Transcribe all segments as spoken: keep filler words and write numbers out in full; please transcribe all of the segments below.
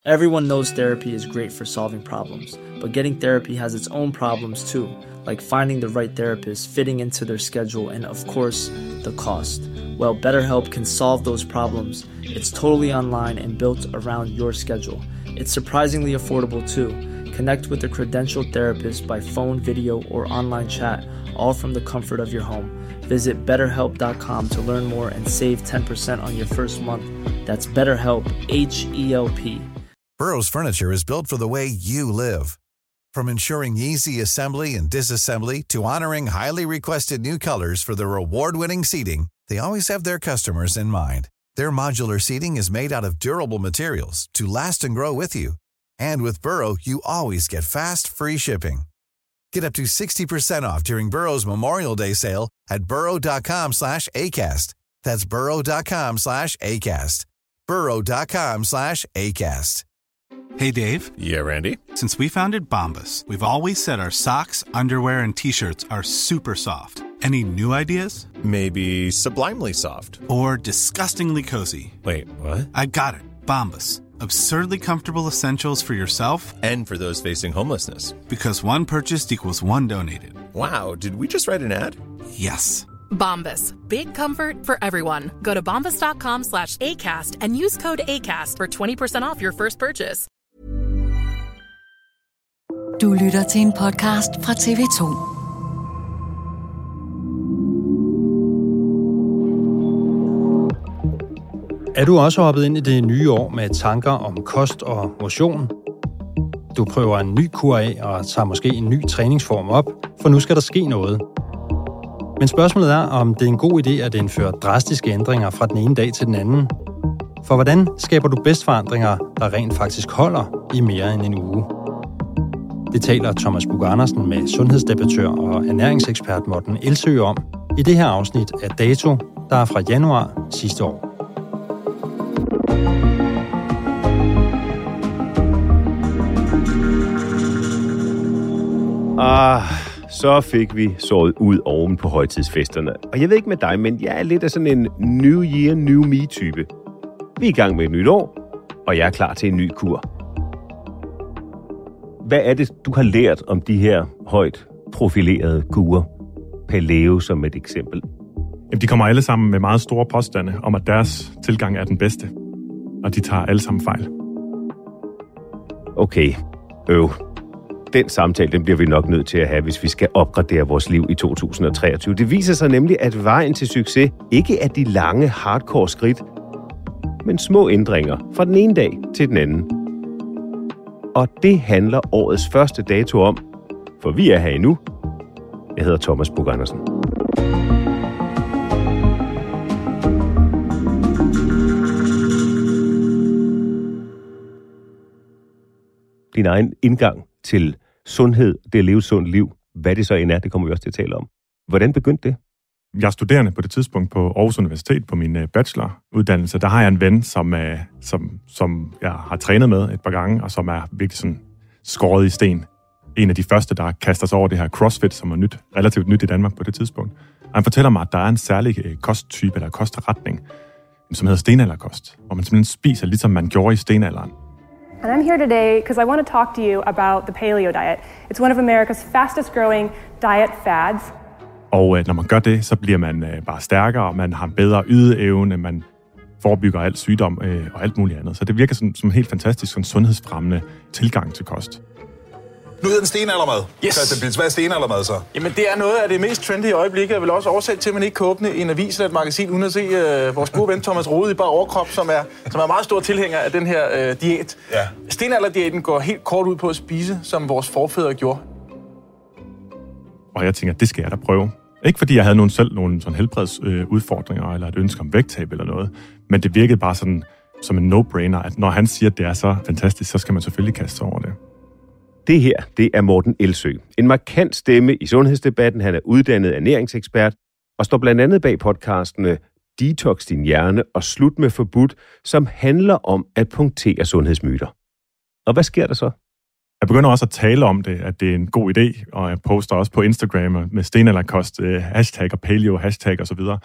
Everyone knows therapy is great for solving problems, but getting therapy has its own problems too, like finding the right therapist, fitting into their schedule, and of course, the cost. Well, BetterHelp can solve those problems. It's totally online and built around your schedule. It's surprisingly affordable too. Connect with a credentialed therapist by phone, video, or online chat, all from the comfort of your home. Visit better help dot com to learn more and save ten percent on your first month. That's BetterHelp, H E L P. Burrow's furniture is built for the way you live. From ensuring easy assembly and disassembly to honoring highly requested new colors for their award-winning seating, they always have their customers in mind. Their modular seating is made out of durable materials to last and grow with you. And with Burrow, you always get fast, free shipping. Get up to sixty percent off during Burrow's Memorial Day sale at burrow dot com slash ACAST. That's burrow dot com slash ACAST. burrow dot com slash ACAST. Hey, Dave. Yeah, Randy. Since we founded Bombas, we've always said our socks, underwear, and T-shirts are super soft. Any new ideas? Maybe sublimely soft. Or disgustingly cozy. Wait, what? I got it. Bombas. Absurdly comfortable essentials for yourself and for those facing homelessness. Because one purchased equals one donated. Wow, did we just write an ad? Yes. Bombas. Big comfort for everyone. Go to bombas dot com slash ACAST and use code ACAST for twenty percent off your first purchase. Du lytter til en podcast fra T V to. Er du også hoppet ind i det nye år med tanker om kost og motion? Du prøver en ny kur af og tager måske en ny træningsform op, for nu skal der ske noget. Men spørgsmålet er, om det er en god idé at indføre drastiske ændringer fra den ene dag til den anden. For hvordan skaber du bedst forandringer, der rent faktisk holder i mere end en uge? Det taler Thomas Buch-Andersen med sundhedsdebattør og ernæringsekspert Morten Elsøe om i det her afsnit af Dato, der er fra januar sidste år. Ah, så fik vi såret ud oven på højtidsfesterne. Og jeg ved ikke med dig, men jeg er lidt af sådan en New Year, New Me-type. Vi er i gang med et nyt år, og jeg er klar til en ny kur. Hvad er det, du har lært om de her højt profilerede kurer? Paleo som et eksempel. Jamen, de kommer alle sammen med meget store påstande om, at deres tilgang er den bedste. Og de tager alle sammen fejl. Okay, øv. Den samtale, den bliver vi nok nødt til at have, hvis vi skal opgradere vores liv i to tusind og treogtyve. Det viser sig nemlig, at vejen til succes ikke er de lange, hardcore skridt, men små ændringer fra den ene dag til den anden. Og det handler årets første dato om, for vi er her endnu. Jeg hedder Thomas Buch-Andersen. Din egen indgang til sundhed, det at leve et sundt liv, hvad det så end er, det kommer vi også til at tale om. Hvordan begyndte det? Jeg er studerende på det tidspunkt på Aarhus Universitet på min bacheloruddannelse. Der har jeg en ven, som, som, som jeg har trænet med et par gange, og som er virkelig sådan skåret i sten. En af de første, der kaster sig over det her CrossFit, som er nyt, relativt nyt i Danmark på det tidspunkt. Og han fortæller mig, at der er en særlig kosttype eller kostretning, som hedder stenalderkost, hvor man simpelthen spiser, ligesom man gjorde i stenalderen. And I'm here today because I want to talk to you about the paleo diet. It's one of America's fastest growing diet fads. Og øh, når man gør det, så bliver man øh, bare stærkere, man har bedre ydeevne, man forebygger alt sygdom øh, og alt muligt andet. Så det virker som, som en helt fantastisk sådan sundhedsfremmende tilgang til kost. Nu hedder den stenaldermad. Yes. Hvad er stenaldermad så? Jamen, det er noget af det mest trendy i øjeblikket, og vel også årsag til, at man ikke kan åbne en avis eller et magasin, uden at se øh, vores gode ven Thomas Rode i bare overkrop, som er, som er meget stor tilhænger af den her øh, diæt. Ja. Stenalderdiæten går helt kort ud på at spise, som vores forfædre gjorde. Og jeg tænker, det skal jeg da prøve. Ikke fordi jeg havde nogen selv nogle sådan helbredsudfordringer øh, eller et ønske om vægttab eller noget, men det virkede bare sådan som en no-brainer, at når han siger, at det er så fantastisk, så skal man selvfølgelig kaste sig over det. Det her, det er Morten Elsøe. En markant stemme i sundhedsdebatten. Han er uddannet ernæringsekspert og står blandt andet bag podcastene Detox din hjerne og Slut med forbudt, som handler om at punktere sundhedsmyter. Og hvad sker der så? Jeg begynder også at tale om det, at det er en god idé, og jeg poster også på Instagram med stenalderkost, hashtag og paleo, hashtag og så videre.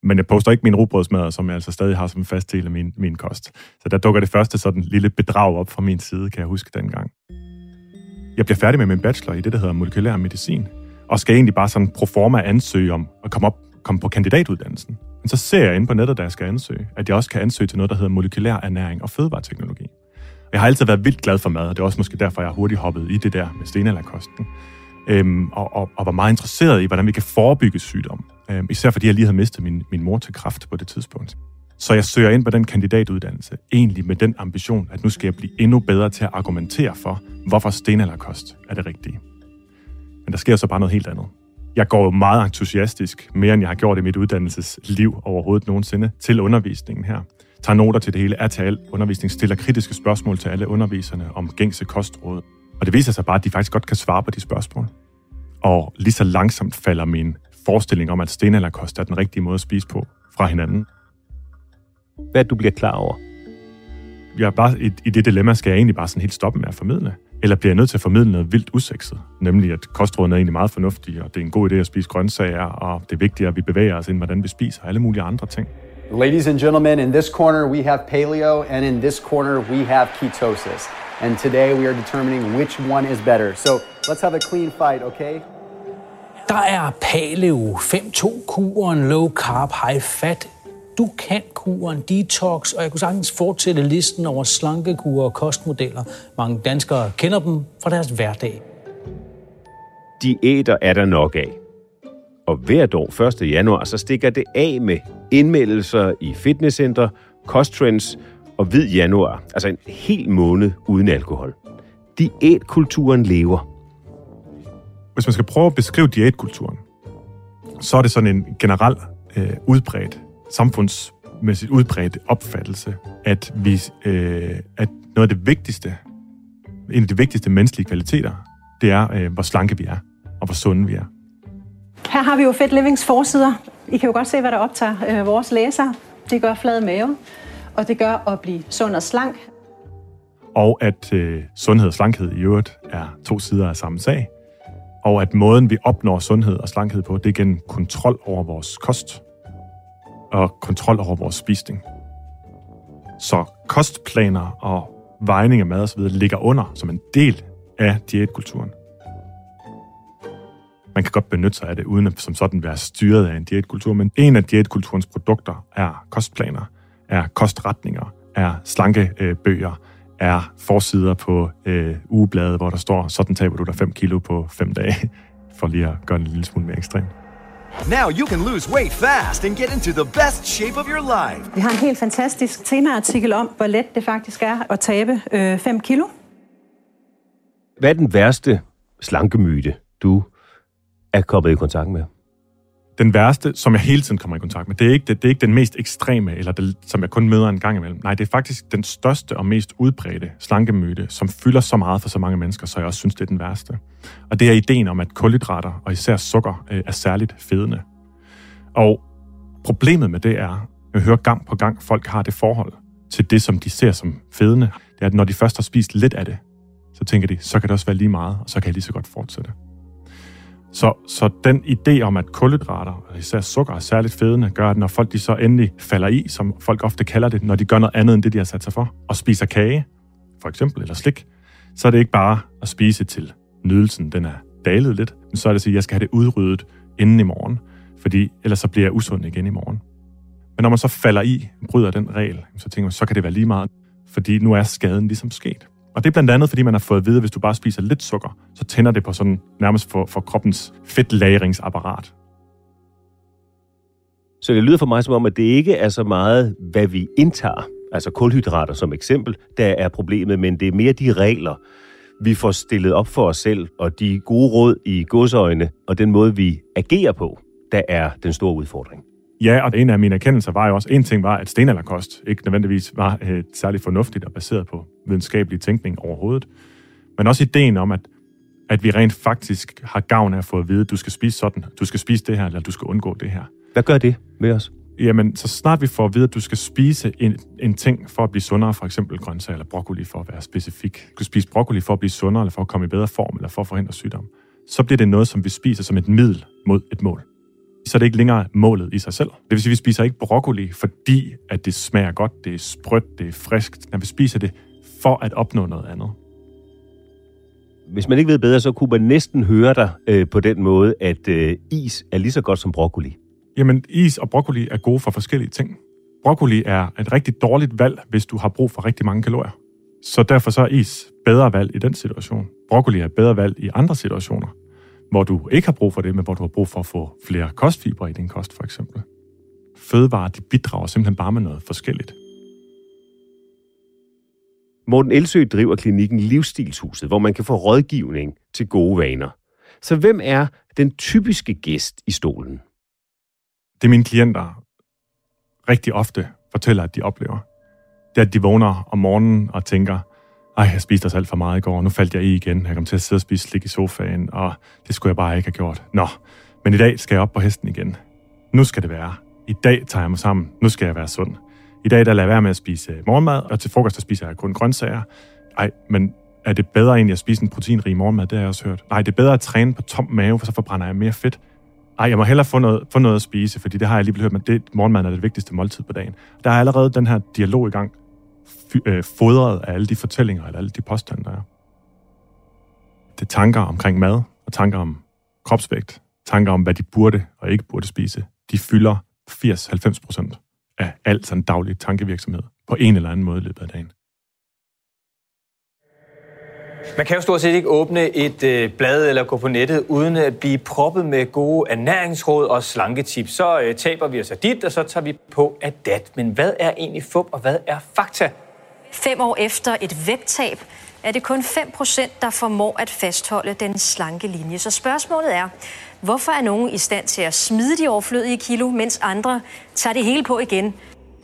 Men jeg poster ikke min rugbrødsmad, som jeg altså stadig har som en fast del af min, min kost. Så der dukker det første sådan lille bedrag op fra min side, kan jeg huske dengang. Jeg bliver færdig med min bachelor i det, der hedder molekylær medicin, og skal egentlig bare sådan pro forma ansøge om at komme op komme på kandidatuddannelsen. Men så ser jeg inde på nettet, da jeg skal ansøge, at jeg også kan ansøge til noget, der hedder molekylær ernæring og fødevareteknologi. Jeg har altid været vildt glad for mad, og det er også måske derfor, jeg hurtigt hoppet i det der med stenalderkosten. Øhm, og, og, og var meget interesseret i, hvordan vi kan forebygge sygdom. Øhm, især fordi jeg lige havde mistet min, min mor til kræft på det tidspunkt. Så jeg søger ind på den kandidatuddannelse, egentlig med den ambition, at nu skal jeg blive endnu bedre til at argumentere for, hvorfor stenalderkost er det rigtige. Men der sker så bare noget helt andet. Jeg går jo meget entusiastisk, mere end jeg har gjort i mit uddannelsesliv overhovedet nogensinde, til undervisningen her. Tager noter til det hele, er til al undervisning, stiller kritiske spørgsmål til alle underviserne om gængse kostråd. Og det viser sig bare, at de faktisk godt kan svare på de spørgsmål. Og lige så langsomt falder min forestilling om, at stenalderkost er den rigtige måde at spise på, fra hinanden. Hvad du bliver klar over? Jeg er bare, i, I det dilemma skal jeg egentlig bare sådan helt stoppe med at formidle. Eller bliver jeg nødt til at formidle noget vildt usekset? Nemlig, at kostrådene er egentlig meget fornuftige, og det er en god idé at spise grøntsager, og det er vigtigt, at vi bevæger os ind, hvordan vi spiser, og alle mulige andre ting. Ladies and gentlemen, in this corner we have paleo, and in this corner we have ketosis. And today we are determining which one is better. So let's have a clean fight, okay? Der er paleo, fem to-kuren, low carb, high fat. Du kan kuren, detox, og jeg kunne sagtens fortsætte listen over slankekurer og kostmodeller. Mange danskere kender dem fra deres hverdag. Diæter er der nok af. Og hvert år første januar, så stikker det af med indmeldelser i fitnesscenter, kosttrends og hvid januar. Altså en hel måned uden alkohol. Diætkulturen lever. Hvis man skal prøve at beskrive diætkulturen, så er det sådan en generel øh, udbredt, samfundsmæssigt udbredt opfattelse, at, vi, øh, at noget af det vigtigste, en af de vigtigste menneskelige kvaliteter, det er, øh, hvor slanke vi er, og hvor sunde vi er. Her har vi jo Fit Livings forsider. I kan jo godt se, hvad der optager øh, vores læsere. Det gør flad mave, og det gør at blive sund og slank. Og at øh, sundhed og slankhed i øvrigt er to sider af samme sag. Og at måden, vi opnår sundhed og slankhed på, det er gennem kontrol over vores kost og kontrol over vores spisning. Så kostplaner og vejning af mad osv. ligger under som en del af diætkulturen. Man kan godt benytte sig af det, uden at som sådan være styret af en diætkultur, men en af diætkulturens produkter er kostplaner, er kostretninger, er slankebøger, er forsider på øh, ugebladet, hvor der står, sådan taber du dig fem kilo på fem dage, for lige at gøre det en lille smule mere ekstremt. Now you can lose weight fast and get into the best shape of your life. Vi har en helt fantastisk temaartikel om, hvor let det faktisk er at tabe øh, fem kilo. Hvad er den værste slankemyte, du er kommet i kontakt med? Den værste, som jeg hele tiden kommer i kontakt med, det er ikke, det, det er ikke den mest ekstreme, eller det, som jeg kun møder en gang imellem. Nej, det er faktisk den største og mest udbredte slankemyte, som fylder så meget for så mange mennesker, så jeg også synes, det er den værste. Og det er ideen om, at kulhydrater og især sukker øh, er særligt fedende. Og problemet med det er, jeg hører gang på gang, folk har det forhold til det, som de ser som fedende. Det er, at når de først har spist lidt af det, så tænker de, så kan det også være lige meget, og så kan jeg lige så godt fortsætte. Så, så den idé om, at kulhydrater, og især sukker, er særligt fedende, gør, at når folk de så endelig falder i, som folk ofte kalder det, når de gør noget andet end det, de har sat sig for, og spiser kage, for eksempel, eller slik, så er det ikke bare at spise til nydelsen, den er dalet lidt, men så er det at sige, at jeg skal have det udryddet inden i morgen, fordi ellers så bliver jeg usund igen i morgen. Men når man så falder i, bryder den regel, så tænker man, så kan det være lige meget, fordi nu er skaden ligesom sket. Og det er blandt andet, fordi man har fået at vide, at hvis du bare spiser lidt sukker, så tænder det på sådan nærmest for, for kroppens fedtlagringsapparat. Så det lyder for mig som om, at det ikke er så meget, hvad vi indtager, altså kulhydrater som eksempel, der er problemet, men det er mere de regler, vi får stillet op for os selv, og de gode råd i godsøjne, og den måde, vi agerer på, der er den store udfordring. Ja, og en af mine erkendelser var jo også, en ting var, at stenalderkost ikke nødvendigvis var øh, særligt fornuftigt og baseret på videnskabelig tænkning overhovedet. Men også ideen om, at, at vi rent faktisk har gavn af at få at vide, at du skal spise sådan, du skal spise det her, eller du skal undgå det her. Hvad gør det med os? Jamen, så snart vi får at vide, at du skal spise en, en ting for at blive sundere, for eksempel grøntsager eller broccoli for at være specifik. Du skal spise broccoli for at blive sundere, eller for at komme i bedre form, eller for at forhindre sygdom. Så bliver det noget, som vi spiser som et middel mod et mål. så er det ikke længere målet i sig selv. Det vil sige, at vi spiser ikke broccoli, fordi at det smager godt, det er sprødt, det er friskt. Når vi spiser det for at opnå noget andet. Hvis man ikke ved bedre, så kunne man næsten høre dig øh, på den måde, at øh, is er lige så godt som broccoli. Jamen, is og broccoli er gode for forskellige ting. Broccoli er et rigtig dårligt valg, hvis du har brug for rigtig mange kalorier. Så derfor så er is bedre valg i den situation. Broccoli er bedre valg i andre situationer, hvor du ikke har brug for det, men hvor du har brug for at få flere kostfibre i din kost, for eksempel. Fødevarer, de bidrager simpelthen bare med noget forskelligt. Morten Elsøe driver klinikken Livsstilshuset, hvor man kan få rådgivning til gode vaner. Så hvem er den typiske gæst i stolen? Det mine klienter rigtig ofte fortæller, at de oplever. Det er, at de vågner om morgenen og tænker, ej, jeg spiste også alt for meget i går, og nu faldt jeg i igen. Jeg kom til at sidde og spise slik i sofaen, og det skulle jeg bare ikke have gjort. Nå, men i dag skal jeg op på hesten igen. Nu skal det være. I dag tager jeg mig sammen. Nu skal jeg være sund. I dag der lader jeg være med at spise morgenmad, og til frokost der spiser jeg kun grøntsager. Ej, men er det bedre egentlig at spise en proteinrig morgenmad? Det har jeg også hørt. Nej, det er bedre at træne på tom mave, for så forbrænder jeg mere fedt. Ej, jeg må hellere få noget, få noget at spise, fordi det har jeg alligevel hørt, men det, morgenmaden er det vigtigste måltid på dagen. Der er allerede den her dialog i gang, fodret af alle de fortællinger, eller alle de påstande, der er. Det er tanker omkring mad, og tanker om kropsvægt, tanker om, hvad de burde og ikke burde spise. De fylder firs til halvfems procent af alt sådan daglig tankevirksomhed på en eller anden måde i løbet af dagen. Man kan jo stort set ikke åbne et øh, blad eller gå på nettet, uden at blive proppet med gode ernæringsråd og slanketips. Så øh, taber vi os af dit, og så tager vi på af dat. Men hvad er egentlig fup, og hvad er fakta? Fem år efter et vægttab er det kun fem procent, der formår at fastholde den slanke linje. Så spørgsmålet er, hvorfor er nogen i stand til at smide de overflødige kilo, mens andre tager det hele på igen?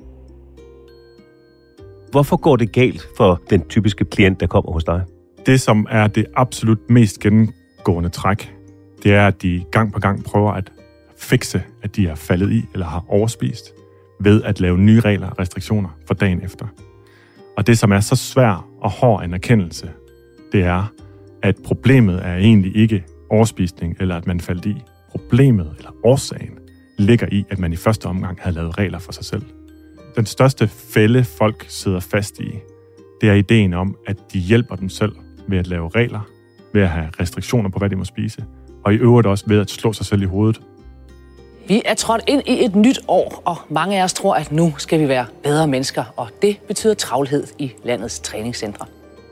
Hvorfor går det galt for den typiske klient, der kommer hos dig? Det, som er det absolut mest gennemgående træk, det er, at de gang på gang prøver at fikse, at de er faldet i eller har overspist, ved at lave nye regler og restriktioner for dagen efter. Og det, som er så svær og hård en erkendelse, det er, at problemet er egentlig ikke overspisning eller at man faldt i. Problemet eller årsagen ligger i, at man i første omgang havde lavet regler for sig selv. Den største fælde, folk sidder fast i, det er ideen om, at de hjælper dem selv ved at lave regler, ved at have restriktioner på, hvad de må spise, og i øvrigt også ved at slå sig selv i hovedet. Vi er trådt ind i et nyt år, og mange af os tror, at nu skal vi være bedre mennesker, og det betyder travlhed i landets træningscentre.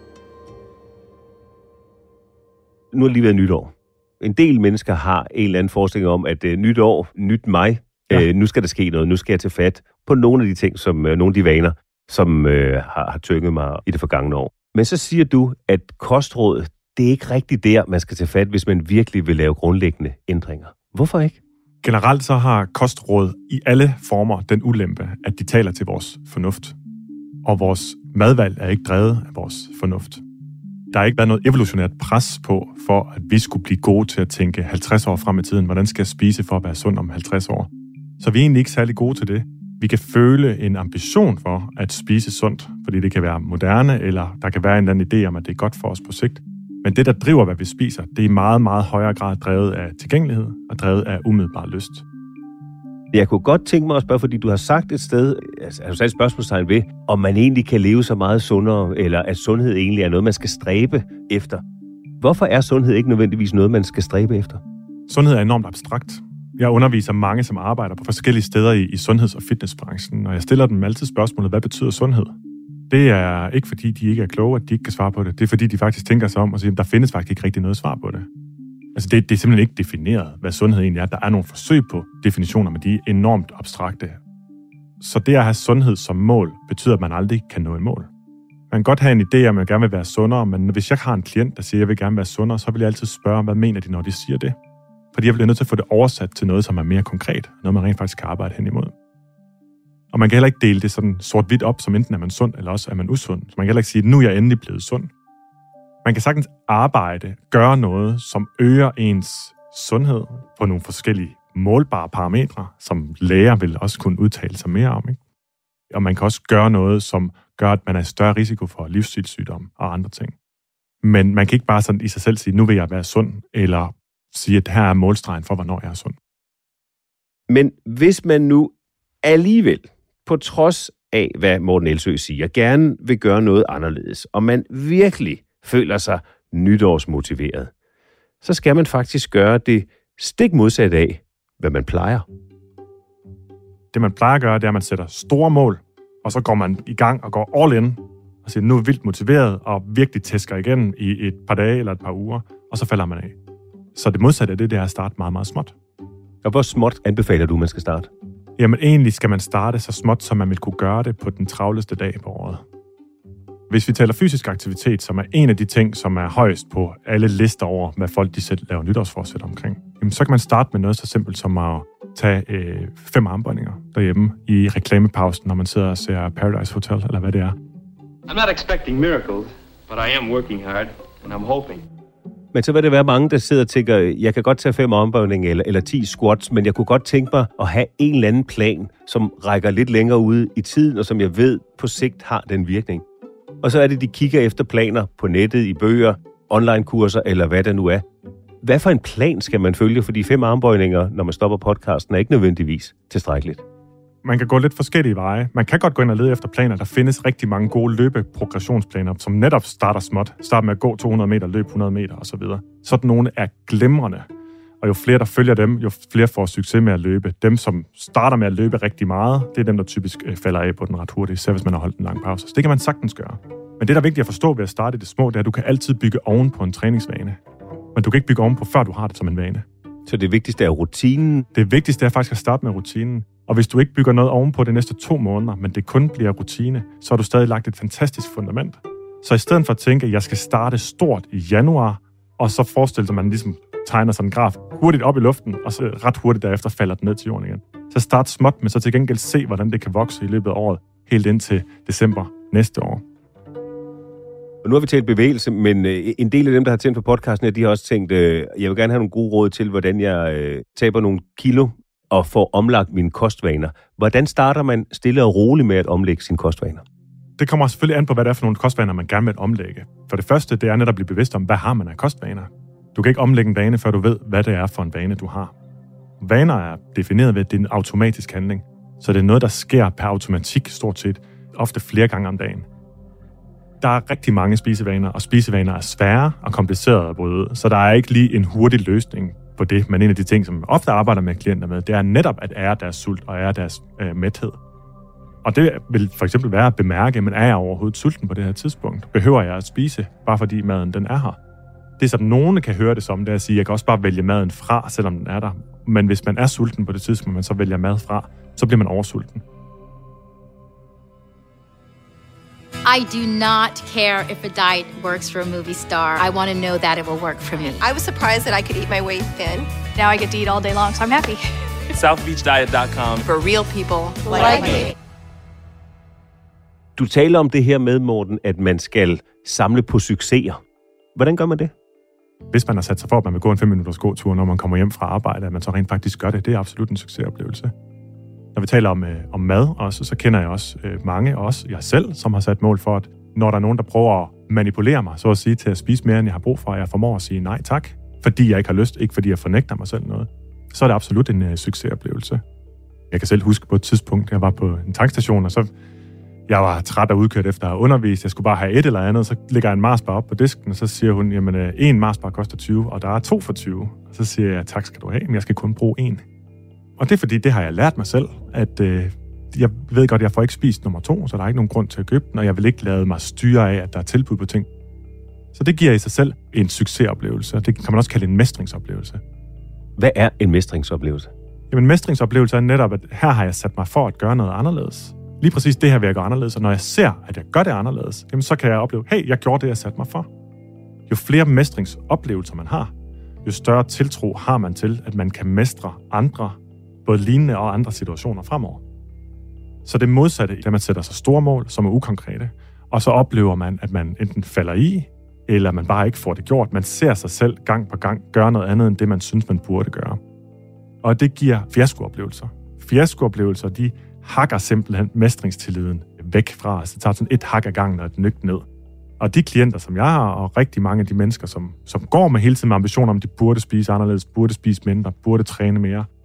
Nu er det lige været nytår. En del mennesker har en eller anden forestilling om, at uh, nytår, nyt mig, ja. uh, nu skal der ske noget, nu skal jeg tage fat på nogle af de ting, som uh, nogle af de vaner, som uh, har, har tynget mig i det forgangne år. Men så siger du, at kostråd, det er ikke rigtigt der, man skal tage fat, hvis man virkelig vil lave grundlæggende ændringer. Hvorfor ikke? Generelt så har kostråd i alle former den ulempe, at de taler til vores fornuft. Og vores madvalg er ikke drevet af vores fornuft. Der har ikke været noget evolutionært pres på, for at vi skulle blive gode til at tænke halvtreds år frem i tiden. Hvordan skal jeg spise for at være sund om halvtreds år? Så vi er egentlig ikke særlig gode til det. Vi kan føle en ambition for at spise sundt, fordi det kan være moderne, eller der kan være en eller anden idé om, at det er godt for os på sigt. Men det, der driver, hvad vi spiser, det er i meget, meget højere grad drevet af tilgængelighed og drevet af umiddelbar lyst. Jeg kunne godt tænke mig at spørge, fordi du har sagt et sted, altså har du sat et spørgsmålstegn ved, om man egentlig kan leve så meget sundere, eller at sundhed egentlig er noget, man skal stræbe efter. Hvorfor er sundhed ikke nødvendigvis noget, man skal stræbe efter? Sundhed er enormt abstrakt. Jeg underviser mange, som arbejder på forskellige steder i, i sundheds- og fitnessbranchen, og jeg stiller dem altid spørgsmålet, hvad betyder sundhed? Det er ikke fordi, de ikke er kloge, at de ikke kan svare på det. Det er fordi, de faktisk tænker sig om og siger, at der findes faktisk ikke rigtig noget svar på det. Altså det, det er simpelthen ikke defineret, hvad sundhed egentlig er. Der er nogle forsøg på definitioner, men de er enormt abstrakte. Så det at have sundhed som mål, betyder, at man aldrig kan nå i mål. Man kan godt have en idé om, at man gerne vil være sundere, men hvis jeg har en klient, der siger, at jeg vil gerne være sundere, så vil jeg altid spørge, hvad mener de, når de siger det? Fordi jeg bliver nødt til at få det oversat til noget, som er mere konkret, noget man rent faktisk kan arbejde hen imod. Og man kan heller ikke dele det sådan sort-hvidt op, som enten er man sund, eller også er man usund. Så man kan heller ikke sige, at nu er jeg endelig blevet sund. Man kan sagtens arbejde, gøre noget, som øger ens sundhed på nogle forskellige målbare parametre, som læger vil også kunne udtale sig mere om. Ikke? Og man kan også gøre noget, som gør, at man er i større risiko for livsstilssygdom og andre ting. Men man kan ikke bare sådan i sig selv sige, nu vil jeg være sund, eller sige, at her er målstregen for, hvornår jeg er sund. Men hvis man nu alligevel, på trods af, hvad Morten Elsøe siger, gerne vil gøre noget anderledes, og man virkelig føler sig nytårsmotiveret, så skal man faktisk gøre det stik modsat af, hvad man plejer. Det, man plejer at gøre, det er, at man sætter store mål, og så går man i gang og går all in, og siger, nu er vildt motiveret, og virkelig tæsker igennem i et par dage eller et par uger, og så falder man af. Så det modsatte af det, det er at starte meget, meget småt. Og hvor småt anbefaler du, man skal starte? Jamen egentlig skal man starte så småt, som man vil kunne gøre det på den travleste dag på året. Hvis vi taler fysisk aktivitet, som er en af de ting, som er højst på alle lister over, hvad folk de selv laver nytårsforsæt omkring, jamen, så kan man starte med noget så simpelt som at tage øh, fem armbøjninger derhjemme i reklamepausen, når man sidder og ser Paradise Hotel, eller hvad det er. I'm not expecting miracles, but I am working hard, and I'm hoping. Men så vil det være mange, der sidder og tænker, jeg kan godt tage fem armbøjninger eller, eller ti squats, men jeg kunne godt tænke mig at have en eller anden plan, som rækker lidt længere ude i tiden, og som jeg ved på sigt har den virkning. Og så er det, de kigger efter planer på nettet, i bøger, online-kurser eller hvad der nu er. Hvad for en plan skal man følge? For de fem armbøjninger, når man stopper podcasten, er ikke nødvendigvis tilstrækkeligt. Man kan gå lidt forskellige veje. Man kan godt gå ind og lede efter planer. Der findes rigtig mange gode løbeprogressionsplaner, som netop starter småt. Starter med at gå to hundrede meter, løbe hundrede meter osv. Sådan nogle er glimrende. Og jo flere, der følger dem, jo flere får succes med at løbe. Dem, som starter med at løbe rigtig meget, det er dem, der typisk falder af på den ret hurtigt, selv hvis man har holdt en lang pause. Så det kan man sagtens gøre. Men det, der er vigtigt at forstå ved at starte i det små, det er, at du kan altid bygge oven på en træningsvane. Men du kan ikke bygge oven på, før du har det som en vane. Så det vigtigste er rutinen? Det vigtigste er faktisk at starte med rutinen. Og hvis du ikke bygger noget ovenpå de næste to måneder, men det kun bliver rutine, så har du stadig lagt et fantastisk fundament. Så i stedet for at tænke, at jeg skal starte stort i januar, og så forestiller sig, at man ligesom tegner sådan en graf hurtigt op i luften, og så ret hurtigt derefter falder den ned til jorden igen. Så start småt, men så til gengæld se, hvordan det kan vokse i løbet af året, helt indtil december næste år. Og nu har vi talt bevægelse, men en del af dem, der har tændt på podcasten her, de har også tænkt, øh, jeg vil gerne have nogle gode råd til, hvordan jeg øh, taber nogle kilo og får omlagt mine kostvaner. Hvordan starter man stille og roligt med at omlægge sine kostvaner? Det kommer selvfølgelig an på, hvad det er for nogle kostvaner, man gerne vil omlægge. For det første, det er netop at blive bevidst om, hvad har man af kostvaner. Du kan ikke omlægge en vane, før du ved, hvad det er for en vane, du har. Vaner er defineret ved, at det er en automatisk handling. Så det er noget, der sker per automatik stort set, ofte flere gange om dagen. Der er rigtig mange spisevaner, og spisevaner er svære og komplicerede at bryde, så der er ikke lige en hurtig løsning på det. Men en af de ting, som jeg ofte arbejder med klienter med, det er netop at ære deres sult og ære deres øh, mæthed. Og det vil for eksempel være at bemærke, men er jeg overhovedet sulten på det her tidspunkt? Behøver jeg at spise, bare fordi maden den er her? Det som nogen kan høre det som, det er at sige, at jeg kan også bare vælge maden fra, selvom den er der. Men hvis man er sulten på det tidspunkt, man så vælger mad fra, så bliver man oversulten. I do not care if a diet works for a movie star. I want to know that it will work for me. I was surprised that I could eat my way thin. Now I get to eat all day long, so I'm happy. south beach diet dot com. For real people like, like me. Du taler om det her med, Morten, at man skal samle på succeser. Hvordan gør man det? Hvis man har sat sig for, at man vil gå en fem minutters gåtur, når man kommer hjem fra arbejde, at man så rent faktisk gør det, det er absolut en succesoplevelse. Når vi taler om, øh, om mad også, så kender jeg også øh, mange, også jeg selv, som har sat mål for, at når der er nogen, der prøver at manipulere mig, så at sige, til at spise mere, end jeg har brug for, at jeg formår at sige nej tak, fordi jeg ikke har lyst, ikke fordi jeg fornægter mig selv noget, så er det absolut en øh, succesoplevelse. Jeg kan selv huske på et tidspunkt, jeg var på en tankstation, og så jeg var træt og udkørt efter at have undervist. Jeg skulle bare have et eller andet, så lægger jeg en Mars bar op på disken, og så siger hun, jamen en Mars bar koster tyve, og der er to for tyve. Og så siger jeg, tak skal du have, men jeg skal kun bruge en. Og det er fordi, det har jeg lært mig selv, at øh, jeg ved godt, at jeg får ikke spist nummer to, så der er ikke nogen grund til at købe den, og jeg vil ikke lade mig styre af, at der er tilbud på ting. Så det giver i sig selv en succesoplevelse, og det kan man også kalde en mestringsoplevelse. Hvad er en mestringsoplevelse? Jamen, en mestringsoplevelse er netop, at her har jeg sat mig for at gøre noget anderledes. Lige præcis det her vil jeg gøre anderledes, og når jeg ser, at jeg gør det anderledes, jamen så kan jeg opleve, hey, jeg gjorde det, jeg satte mig for. Jo flere mestringsoplevelser man har, jo større tiltro har man til, at man kan mestre andre, både lignende og andre situationer fremover. Så det modsatte, at man sætter sig store mål, som er ukonkrete, og så oplever man, at man enten falder i, eller man bare ikke får det gjort. Man ser sig selv gang på gang gøre noget andet, end det, man synes, man burde gøre. Og det giver fiaskooplevelser. Fiaskooplevelser, de hakker simpelthen mestringstilliden væk fra os. Det tager sådan et hak ad gangen, og et nyk ned. Og de klienter, som jeg har, og rigtig mange af de mennesker, som, som går med hele tiden med ambitioner om, de burde spise anderledes, burde spise mindre, burde træne mere,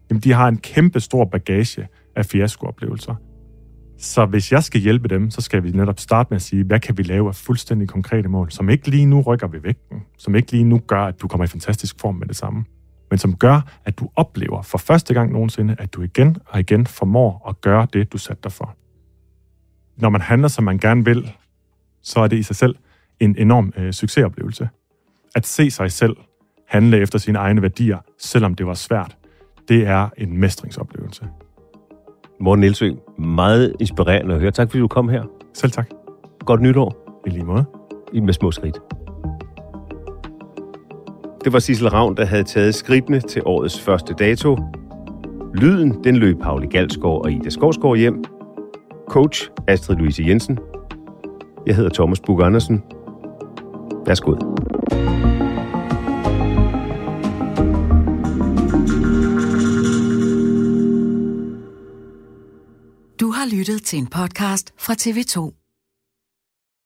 jamen de har en kæmpe stor bagage af fiaskooplevelser. Så hvis jeg skal hjælpe dem, så skal vi netop starte med at sige, hvad kan vi lave af fuldstændig konkrete mål, som ikke lige nu rykker ved vægten, som ikke lige nu gør, at du kommer i fantastisk form med det samme, men som gør, at du oplever for første gang nogensinde, at du igen og igen formår at gøre det, du satte dig for. Når man handler, som man gerne vil, så er det i sig selv en enorm øh, succesoplevelse. At se sig selv handle efter sine egne værdier, selvom det var svært, det er en mestringsoplevelse. Morten Nielsø, meget inspirerende at høre. Tak fordi du kom her. Selv tak. Godt nytår. I lige måde. I med små skridt. Det var Sissel Ravn, der havde taget skridtene til årets første dato. Lyden, den løb Pauli Galsgaard og Ida Skovsgaard hjem. Coach Astrid Louise Jensen. Jeg hedder Thomas Bugh Andersen. Værsgo. Du har lyttet til en podcast fra T V to.